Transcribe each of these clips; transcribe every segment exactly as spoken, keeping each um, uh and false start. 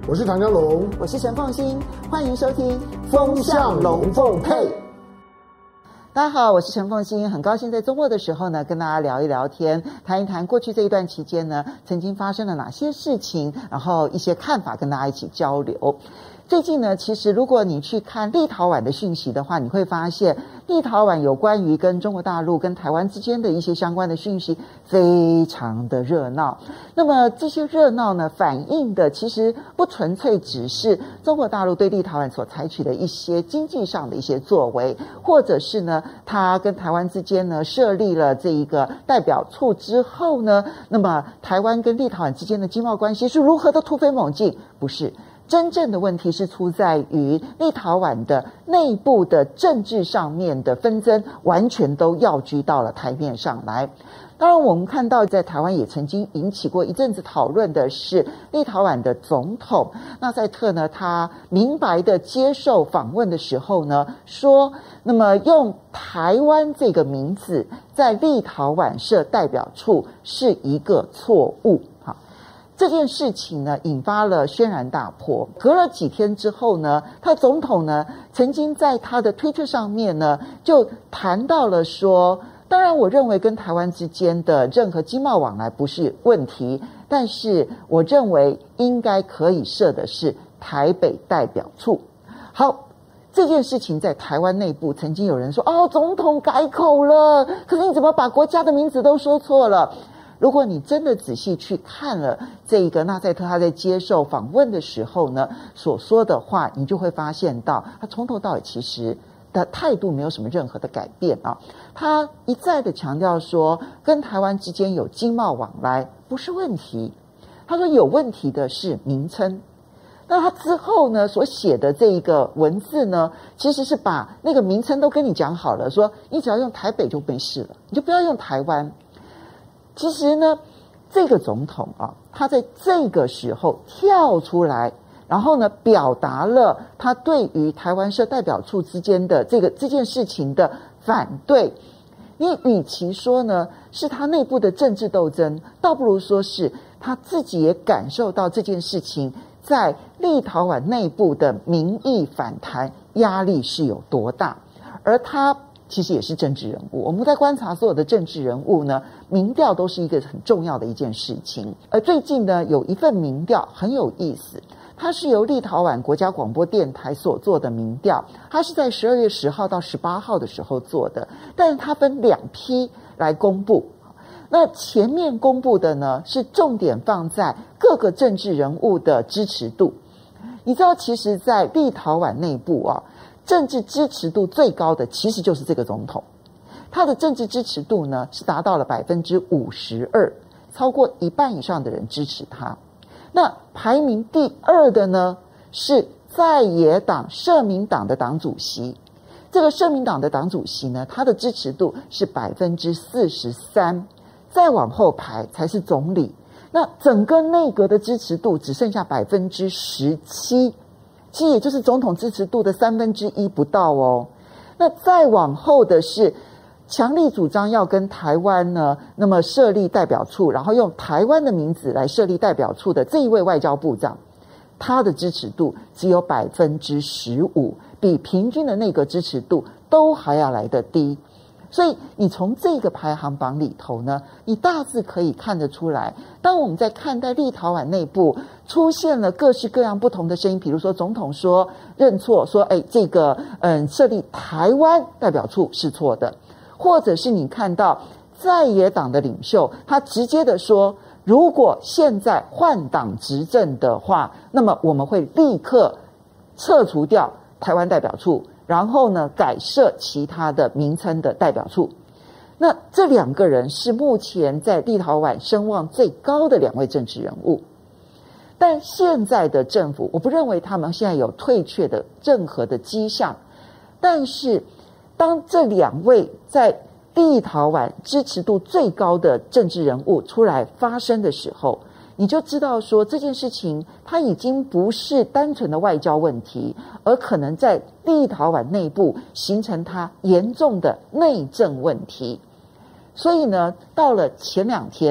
我是唐湘龙， 我是陈凤馨，欢迎收听 《风向龙凤配》。 大家好，我是陈凤馨，很高兴在周末的时候呢，跟大家聊一聊天，谈一谈过去这一段期间呢，曾经发生了哪些事情，然后一些看法跟大家一起交流。最近呢，其实如果你去看立陶宛的讯息的话，你会发现立陶宛有关于跟中国大陆跟台湾之间的一些相关的讯息非常的热闹。那么这些热闹呢，反映的其实不纯粹只是中国大陆对立陶宛所采取的一些经济上的一些作为，或者是呢，它跟台湾之间呢设立了这一个代表处之后呢，那么台湾跟立陶宛之间的经贸关系是如何的突飞猛进？不是。真正的问题是出在于立陶宛的内部的政治上面的纷争完全都要居到了台面上来。当然我们看到在台湾也曾经引起过一阵子讨论的是立陶宛的总统纳塞特呢，他明白的接受访问的时候呢，说那么用台湾这个名字在立陶宛设代表处是一个错误。这件事情呢，引发了轩然大波。隔了几天之后呢，他总统呢，曾经在他的推特上面呢，就谈到了说，当然我认为跟台湾之间的任何经贸往来不是问题，但是我认为应该可以设的是台北代表处。好，这件事情在台湾内部曾经有人说，哦，总统改口了，可是你怎么把国家的名字都说错了？如果你真的仔细去看了这个纳塞特他在接受访问的时候呢，所说的话，你就会发现到他从头到尾其实的态度没有什么任何的改变啊。他一再的强调说，跟台湾之间有经贸往来不是问题，他说有问题的是名称。那他之后呢所写的这一个文字呢，其实是把那个名称都跟你讲好了，说你只要用台北就没事了，你就不要用台湾。其实呢，这个总统啊，他在这个时候跳出来，然后呢，表达了他对于台湾设代表处之间的这个这件事情的反对。你与其说呢是他内部的政治斗争，倒不如说是他自己也感受到这件事情在立陶宛内部的民意反弹压力是有多大，而他其实也是政治人物。我们在观察所有的政治人物呢，民调都是一个很重要的一件事情。而最近呢，有一份民调很有意思，它是由立陶宛国家广播电台所做的民调，它是在十二月十号到十八号的时候做的，但是它分两批来公布。那前面公布的呢，是重点放在各个政治人物的支持度。你知道，其实在立陶宛内部啊，政治支持度最高的其实就是这个总统，他的政治支持度呢是达到了百分之五十二，超过一半以上的人支持他。那排名第二的呢是在野党社民党的党主席，这个社民党的党主席呢，他的支持度是百分之四十三，再往后排才是总理。那整个内阁的支持度只剩下百分之十七。其实也就是总统支持度的三分之一不到哦。那再往后的是强力主张要跟台湾呢，那么设立代表处，然后用台湾的名字来设立代表处的这一位外交部长，他的支持度只有百分之十五，比平均的内阁支持度都还要来得低。所以你从这个排行榜里头呢，你大致可以看得出来，当我们在看待立陶宛内部出现了各式各样不同的声音，比如说总统说认错，说哎这个嗯设立台湾代表处是错的，或者是你看到在野党的领袖他直接的说，如果现在换党执政的话，那么我们会立刻撤除掉台湾代表处，然后呢改设其他的名称的代表处。那这两个人是目前在立陶宛声望最高的两位政治人物，但现在的政府我不认为他们现在有退却的任何的迹象。但是当这两位在立陶宛支持度最高的政治人物出来发声的时候，你就知道说这件事情它已经不是单纯的外交问题，而可能在立陶宛内部形成它严重的内政问题。所以呢，到了前两天，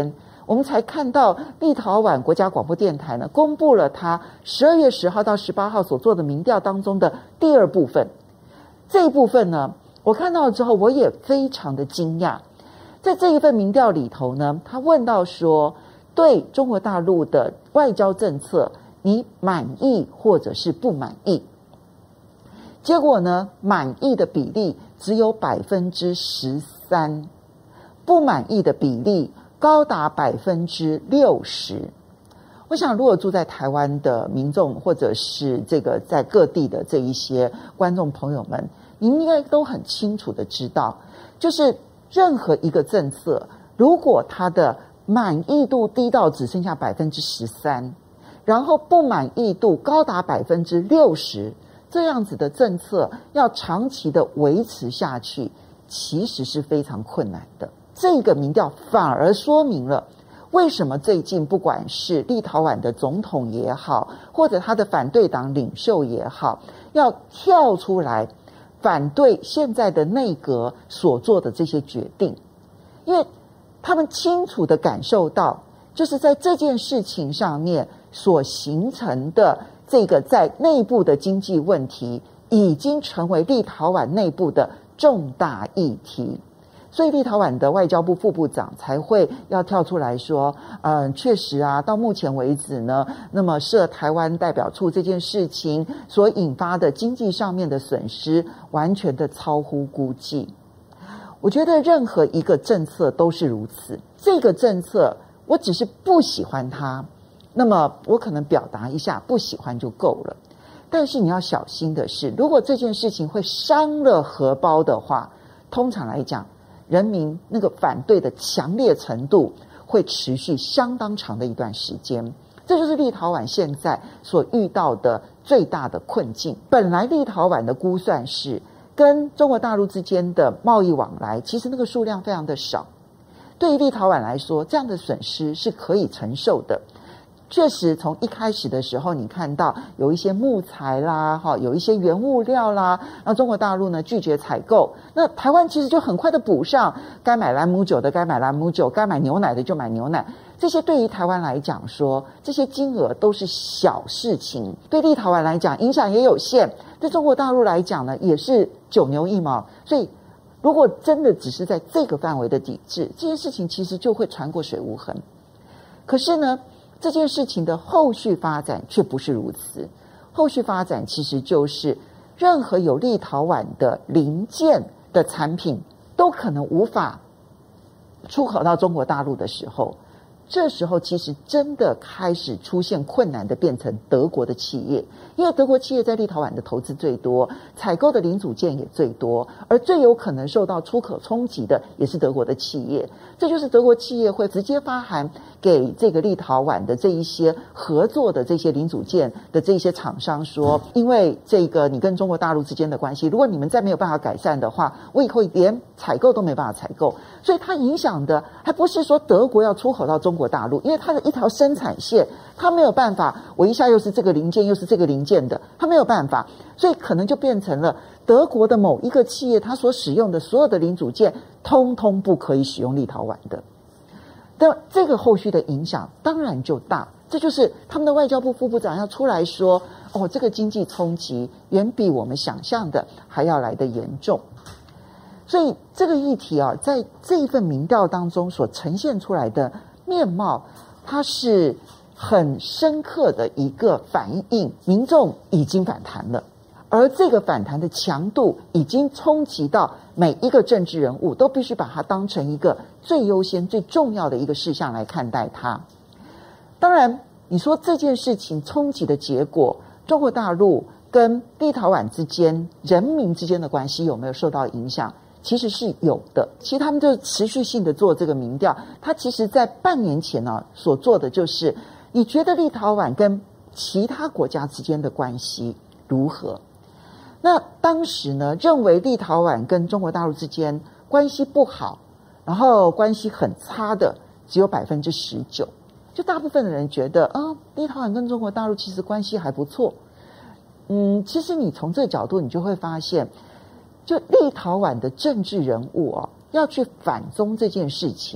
我们才看到立陶宛国家广播电台呢公布了他十二月十号到十八号所做的民调当中的第二部分。这一部分呢，我看到之后我也非常的惊讶。在这一份民调里头呢，他问到说，对中国大陆的外交政策你满意或者是不满意？结果呢，满意的比例只有百分之十三，不满意的比例高达百分之六十。我想，如果住在台湾的民众，或者是这个在各地的这一些观众朋友们，你们应该都很清楚的知道，就是任何一个政策，如果它的满意度低到只剩下百分之十三，然后不满意度高达百分之六十。这样子的政策要长期的维持下去，其实是非常困难的。这个民调反而说明了为什么最近不管是立陶宛的总统也好，或者他的反对党领袖也好，要跳出来反对现在的内阁所做的这些决定，因为他们清楚的感受到，就是在这件事情上面所形成的这个在内部的经济问题已经成为立陶宛内部的重大议题，所以立陶宛的外交部副部长才会要跳出来说，嗯，确实啊，到目前为止呢，那么设台湾代表处这件事情所引发的经济上面的损失，完全的超乎估计。我觉得任何一个政策都是如此，这个政策我只是不喜欢它，那么我可能表达一下不喜欢就够了。但是你要小心的是，如果这件事情会伤了荷包的话，通常来讲，人民那个反对的强烈程度会持续相当长的一段时间。这就是立陶宛现在所遇到的最大的困境。本来立陶宛的估算是跟中国大陆之间的贸易往来，其实那个数量非常的少，对于立陶宛来说，这样的损失是可以承受的。确实从一开始的时候，你看到有一些木材啦，有一些原物料啦，然后中国大陆呢拒绝采购，那台湾其实就很快的补上，该买兰姆酒的该买兰姆酒，该买牛奶的就买牛奶。这些对于台湾来讲说，这些金额都是小事情，对立陶宛来讲影响也有限，对中国大陆来讲呢也是九牛一毛。所以如果真的只是在这个范围的抵制，这件事情其实就会船过水无痕。可是呢，这件事情的后续发展却不是如此。后续发展其实就是任何有立陶宛的零件的产品都可能无法出口到中国大陆的时候，这时候其实真的开始出现困难的变成德国的企业，因为德国企业在立陶宛的投资最多，采购的零组件也最多，而最有可能受到出口冲击的也是德国的企业。这就是德国企业会直接发函给这个立陶宛的这一些合作的这些零组件的这些厂商说，因为这个你跟中国大陆之间的关系，如果你们再没有办法改善的话，我以后连采购都没办法采购。所以它影响的还不是说德国要出口到中国大陆，因为它的一条生产线它没有办法，我一下又是这个零件又是这个零件的，它没有办法，所以可能就变成了德国的某一个企业它所使用的所有的零组件通通不可以使用立陶宛的。但这个后续的影响当然就大，这就是他们的外交部副部长要出来说，哦，这个经济冲击远比我们想象的还要来得严重。所以这个议题啊，在这一份民调当中所呈现出来的面貌，它是很深刻的一个反映，民众已经反弹了，而这个反弹的强度已经冲击到每一个政治人物都必须把它当成一个最优先最重要的一个事项来看待它。当然你说这件事情冲击的结果，中国大陆跟立陶宛之间人民之间的关系有没有受到影响？其实是有的。其实他们就持续性的做这个民调，他其实在半年前呢、啊、所做的就是，你觉得立陶宛跟其他国家之间的关系如何？那当时呢，认为立陶宛跟中国大陆之间关系不好，然后关系很差的只有百分之十九，就大部分的人觉得啊，立陶宛跟中国大陆其实关系还不错。嗯，其实你从这个角度，你就会发现，就立陶宛的政治人物哦，要去反中这件事情，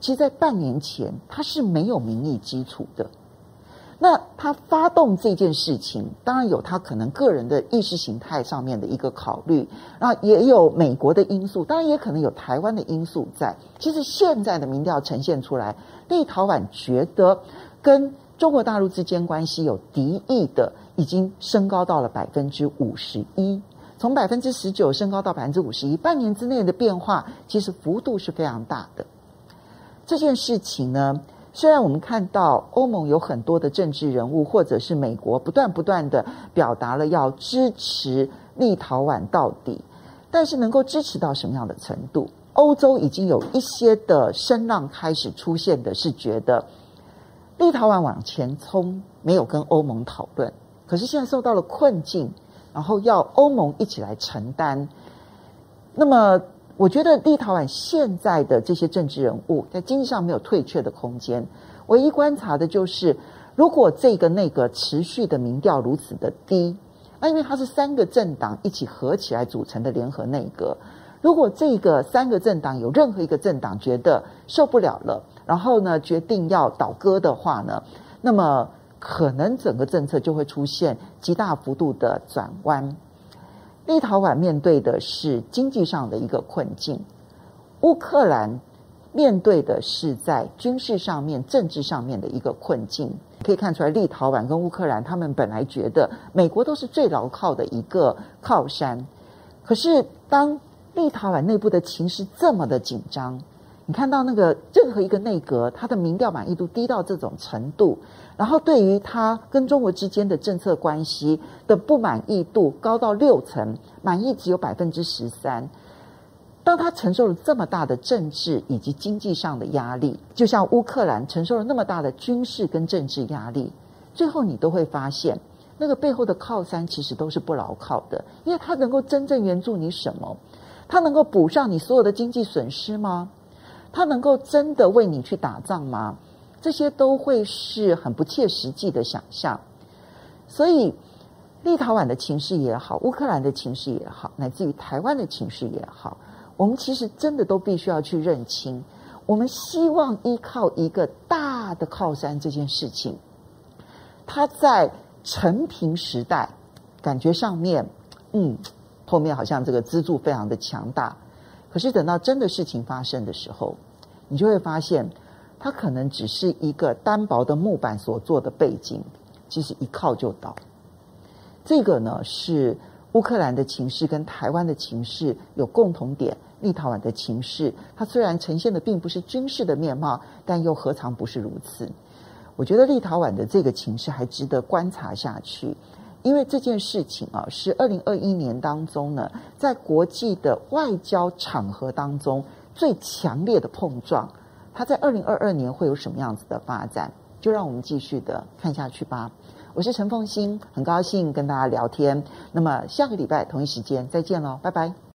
其实在半年前他是没有民意基础的。那他发动这件事情，当然有他可能个人的意识形态上面的一个考虑，然后也有美国的因素，当然也可能有台湾的因素在。其实现在的民调呈现出来，立陶宛觉得跟中国大陆之间关系有敌意的，已经升高到了百分之五十一，从百分之十九升高到百分之五十一，半年之内的变化，其实幅度是非常大的。这件事情呢，虽然我们看到欧盟有很多的政治人物，或者是美国不断不断的表达了要支持立陶宛到底，但是能够支持到什么样的程度？欧洲已经有一些的声浪开始出现的是觉得立陶宛往前冲，没有跟欧盟讨论，可是现在受到了困境，然后要欧盟一起来承担。那么我觉得立陶宛现在的这些政治人物在经济上没有退却的空间，唯一观察的就是如果这个内阁持续的民调如此的低，那因为它是三个政党一起合起来组成的联合内阁，如果这个三个政党有任何一个政党觉得受不了了，然后呢决定要倒戈的话呢，那么可能整个政策就会出现极大幅度的转弯。立陶宛面对的是经济上的一个困境，乌克兰面对的是在军事上面、政治上面的一个困境。可以看出来，立陶宛跟乌克兰他们本来觉得美国都是最牢靠的一个靠山，可是当立陶宛内部的情势这么的紧张，你看到那个任何一个内阁，它的民调满意度低到这种程度，然后对于它跟中国之间的政策关系的不满意度高到六成，满意只有百分之十三。当他承受了这么大的政治以及经济上的压力，就像乌克兰承受了那么大的军事跟政治压力，最后你都会发现，那个背后的靠山其实都是不牢靠的，因为它能够真正援助你什么？它能够补上你所有的经济损失吗？它能够真的为你去打仗吗？这些都会是很不切实际的想象。所以立陶宛的情势也好，乌克兰的情势也好，乃至于台湾的情势也好，我们其实真的都必须要去认清，我们希望依靠一个大的靠山这件事情，它在承平时代感觉上面嗯，后面好像这个支柱非常的强大，可是等到真的事情发生的时候，你就会发现它可能只是一个单薄的木板所做的背景，其实一靠就倒。这个呢是乌克兰的情势跟台湾的情势有共同点，立陶宛的情势它虽然呈现的并不是军事的面貌，但又何尝不是如此。我觉得立陶宛的这个情势还值得观察下去，因为这件事情啊，是二零二一年当中呢，在国际的外交场合当中最强烈的碰撞，它在二零二二年会有什么样子的发展？就让我们继续的看下去吧。我是陈凤馨，很高兴跟大家聊天。那么下个礼拜同一时间再见喽，拜拜。